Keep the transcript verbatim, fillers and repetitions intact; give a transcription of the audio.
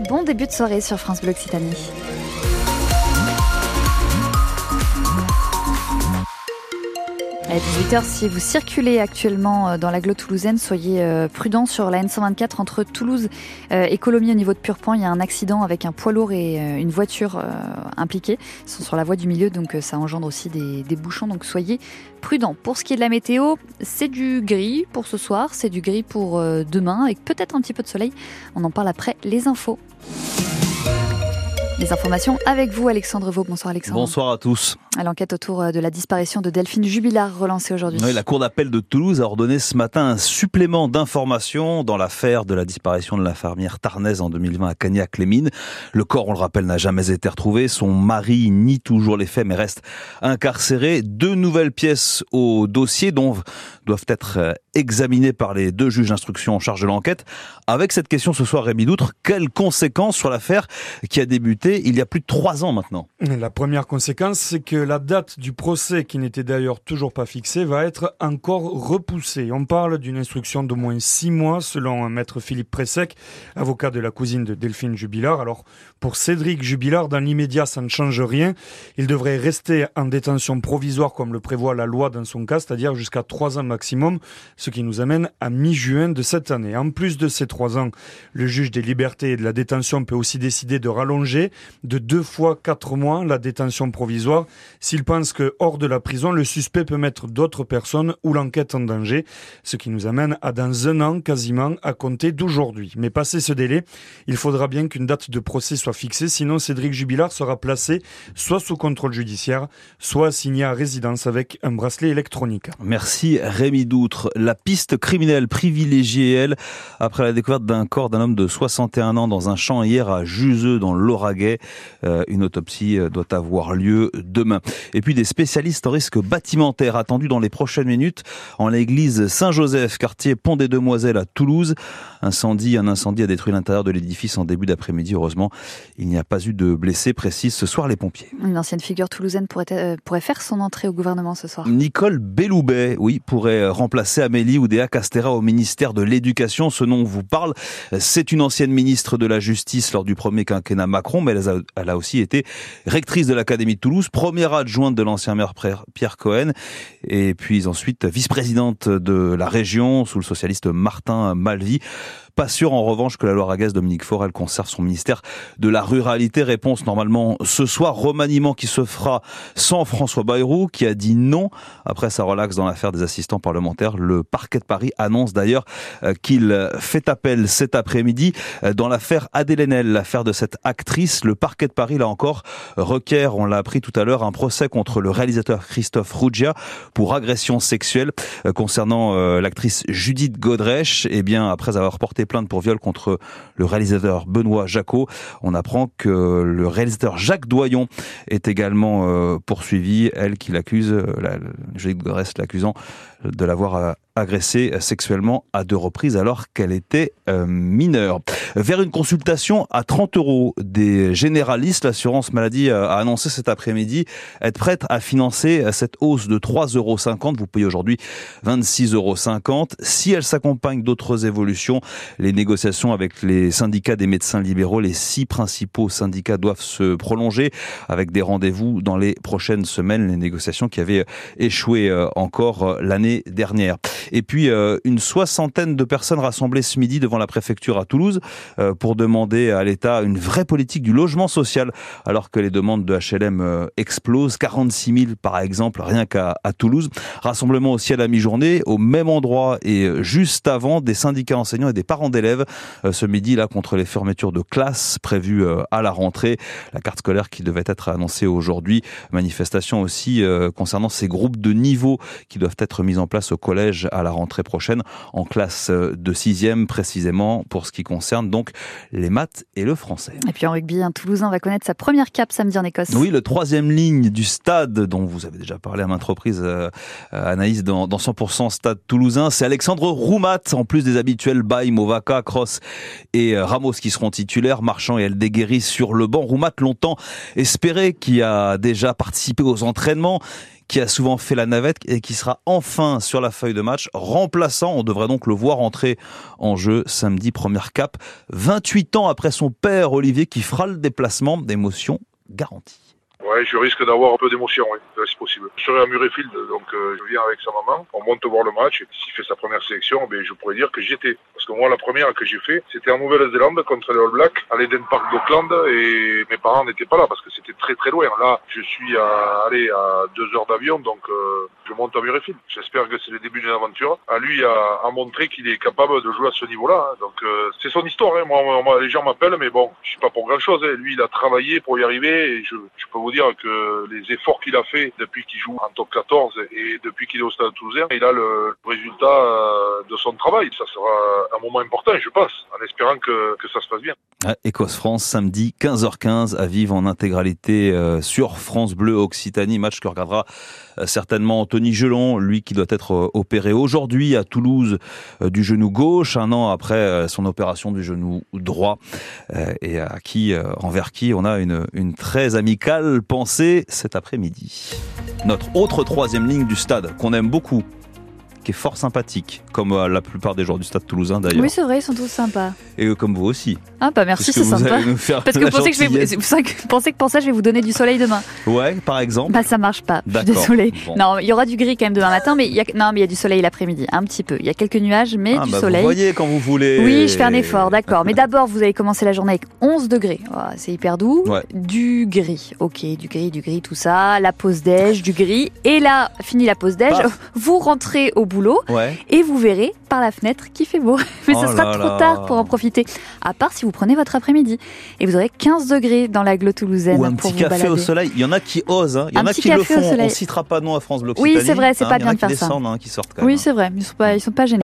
Bon début de soirée sur France Bleu Occitanie. À dix-huit heures, si vous circulez actuellement dans l'agglo toulousaine, soyez prudents sur la N cent vingt-quatre entre Toulouse et Colomiers au niveau de Purpan. Il y a un accident avec un poids lourd et une voiture impliquée. Ils sont sur la voie du milieu, donc ça engendre aussi des, des bouchons, donc soyez prudents. Pour ce qui est de la météo, c'est du gris pour ce soir, c'est du gris pour demain, avec peut-être un petit peu de soleil. On en parle après les infos. Les informations avec vous, Alexandre Vaux. Bonsoir Alexandre. Bonsoir à tous. L'enquête autour de la disparition de Delphine Jubilard relancée aujourd'hui. Oui, la Cour d'appel de Toulouse a ordonné ce matin un supplément d'informations dans l'affaire de la disparition de l'infirmière tarnaise en deux mille vingt à Cagnac-les-Mines. Le corps, on le rappelle, n'a jamais été retrouvé. Son mari nie toujours les faits mais reste incarcéré. Deux nouvelles pièces au dossier dont doivent être examinées par les deux juges d'instruction en charge de l'enquête. Avec cette question ce soir, Rémi Doutre, quelles conséquences sur l'affaire qui a débuté il y a plus de trois ans maintenant? La première conséquence, c'est que la date du procès, qui n'était d'ailleurs toujours pas fixée, va être encore repoussée. On parle d'une instruction d'au moins six mois, selon maître Philippe Pressec, avocat de la cousine de Delphine Jubilard. Alors, pour Cédric Jubilard, dans l'immédiat, ça ne change rien. Il devrait rester en détention provisoire, comme le prévoit la loi dans son cas, c'est-à-dire jusqu'à trois ans maximum, ce qui nous amène à mi-juin de cette année. En plus de ces trois ans, le juge des libertés et de la détention peut aussi décider de rallonger de deux fois quatre mois la détention provisoire s'il pense que, hors de la prison, le suspect peut mettre d'autres personnes ou l'enquête en danger, ce qui nous amène à dans un an quasiment à compter d'aujourd'hui. Mais passé ce délai, il faudra bien qu'une date de procès soit fixée, sinon Cédric Jubilard sera placé soit sous contrôle judiciaire, soit assigné à résidence avec un bracelet électronique. Merci Rémi Doutre. La piste criminelle privilégiée, elle, après la découverte d'un corps d'un homme de soixante et un ans dans un champ hier à Juseux dans le Lauragais. Euh, une autopsie doit avoir lieu demain. Et puis des spécialistes en risque bâtimentaire attendus dans les prochaines minutes en l'église Saint-Joseph, quartier Pont des Demoiselles à Toulouse. Incendie, un incendie a détruit l'intérieur de l'édifice en début d'après-midi. Heureusement, il n'y a pas eu de blessés, précisent ce soir les pompiers. Une ancienne figure toulousaine pourrait, euh, pourrait faire son entrée au gouvernement ce soir. Nicole Belloubet, oui, pourrait remplacer Amélie Oudéa-Castéra au ministère de l'Éducation. Ce nom vous parle. C'est une ancienne ministre de la Justice lors du premier quinquennat Macron, mais elle a, elle a aussi été rectrice de l'Académie de Toulouse, première adjointe de l'ancien maire Pierre Cohen, et puis ensuite vice-présidente de la région sous le socialiste Martin Malvy. Pas sûr en revanche que la Loire-Agace Dominique Faure, elle conserve son ministère de la ruralité. Réponse normalement ce soir, remaniement qui se fera sans François Bayrou qui a dit non après sa relaxe dans l'affaire des assistants parlementaires. Le parquet de Paris annonce d'ailleurs qu'il fait appel cet après-midi dans l'affaire Adèle Haenel, l'affaire de cette actrice. Le parquet de Paris là encore requiert, on l'a appris tout à l'heure, un procès contre le réalisateur Christophe Ruggia pour agression sexuelle concernant l'actrice Judith Godrèche. Eh bien après avoir porté plainte pour viol contre le réalisateur Benoît Jacot. On apprend que le réalisateur Jacques Doyon est également euh, poursuivi, elle qui l'accuse, la, Judith Godrèche l'accusant de l'avoir agressée sexuellement à deux reprises alors qu'elle était euh, mineure. Vers une consultation à trente euros des généralistes, l'assurance maladie a annoncé cet après-midi être prête à financer cette hausse de trois euros cinquante. Vous payez aujourd'hui vingt-six euros cinquante. Si elle s'accompagne d'autres évolutions, les négociations avec les syndicats des médecins libéraux, les six principaux syndicats doivent se prolonger avec des rendez-vous dans les prochaines semaines, les négociations qui avaient échoué encore l'année dernière. Et puis euh, une soixantaine de personnes rassemblées ce midi devant la préfecture à Toulouse euh, pour demander à l'État une vraie politique du logement social alors que les demandes de H L M euh, explosent. quarante-six mille par exemple rien qu'à à Toulouse. Rassemblement aussi à la mi-journée au même endroit et juste avant des syndicats enseignants et des parents d'élèves euh, ce midi là contre les fermetures de classes prévues euh, à la rentrée. La carte scolaire qui devait être annoncée aujourd'hui. Manifestation aussi euh, concernant ces groupes de niveau qui doivent être mis en place au collège à la rentrée prochaine en classe de sixième précisément pour ce qui concerne donc les maths et le français. Et puis en rugby, un Toulousain va connaître sa première cape samedi en Écosse. Oui, le troisième ligne du stade dont vous avez déjà parlé à maintes reprises, euh, Anaïs, dans, dans cent pour cent Stade Toulousain, c'est Alexandre Roumat, en plus des habituels Baye, Movaca, Cross et Ramos qui seront titulaires, Marchand et Eldeguerri sur le banc. Roumat longtemps espéré, qui a déjà participé aux entraînements, qui a souvent fait la navette et qui sera enfin sur la feuille de match, remplaçant. On devrait donc le voir entrer en jeu samedi, première cape, vingt-huit ans après son père Olivier qui fera le déplacement, d'émotion garantie. Ouais, je risque d'avoir un peu d'émotion, oui, c'est possible. Je serai à Murrayfield, donc euh, je viens avec sa maman, on monte voir le match, et s'il fait sa première sélection, ben, je pourrais dire que j'y étais. Parce que moi, la première que j'ai fait, c'était en Nouvelle-Zélande contre les All Blacks, à l'Eden Park d'Auckland, et mes parents n'étaient pas là, parce que c'était très très loin. Là, je suis à, allez, à deux heures d'avion, donc euh, je monte à Murrayfield. J'espère que c'est le début d'une aventure. À lui à, à montrer qu'il est capable de jouer à ce niveau-là. Hein. Donc euh, c'est son histoire, hein. moi, moi, les gens m'appellent, mais bon, je suis pas pour grand-chose. Hein. Lui, il a travaillé pour y arriver, et je, je peux vous dire que les efforts qu'il a fait depuis qu'il joue en top quatorze et depuis qu'il est au Stade Toulousain, il a le résultat de son travail. Ça sera un moment important, je pense, en espérant que, que ça se passe bien. Écosse-France, samedi quinze heures quinze, à vivre en intégralité euh, sur France Bleu Occitanie. Match que regardera euh, certainement Anthony Gelon, lui qui doit être euh, opéré aujourd'hui à Toulouse euh, du genou gauche, un an après euh, son opération du genou droit, euh, et à qui, euh, envers qui on a une, une très amicale pensée cet après-midi. Notre autre troisième ligne du stade, qu'on aime beaucoup, qui est fort sympathique, comme euh, la plupart des joueurs du Stade Toulousain d'ailleurs. Oui, c'est vrai, ils sont tous sympas. Et euh, comme vous aussi. Ah bah merci, c'est sympa. Parce que vous pensez que, je vais, vous pensez que pour ça je vais vous donner du soleil demain. Ouais, par exemple. Bah ça marche pas. Je suis désolée. Bon. Non, il y aura du gris quand même demain matin, mais il y a non mais il y a du soleil l'après-midi, un petit peu. Il y a quelques nuages, mais ah, du bah soleil. Vous voyez quand vous voulez. Oui, je fais un effort, d'accord. Mais d'abord, vous allez commencer la journée avec onze degrés. Oh, c'est hyper doux. Ouais. Du gris. Ok, du gris, du gris, tout ça. La pause déj, du gris. Et là, fini la pause déj, Paf. Vous rentrez au boulot. Ouais. Et vous verrez par la fenêtre qu'il fait beau. Mais oh ce sera trop là. tard pour en profiter. À part si vous prenez votre après-midi. Et vous aurez quinze degrés dans l'agglo toulousaine. Ou un pour petit vous café balader. au soleil. Il y en a qui osent. Hein. Il y en un a qui le font. On ne citera pas non à France Bleu Occitanie. Oui, c'est vrai, c'est hein, pas bien de faire ça. Il y en a qui descendent, hein, qui sortent quand Oui, même. c'est vrai. Ils sont pas, ils sont pas gênés.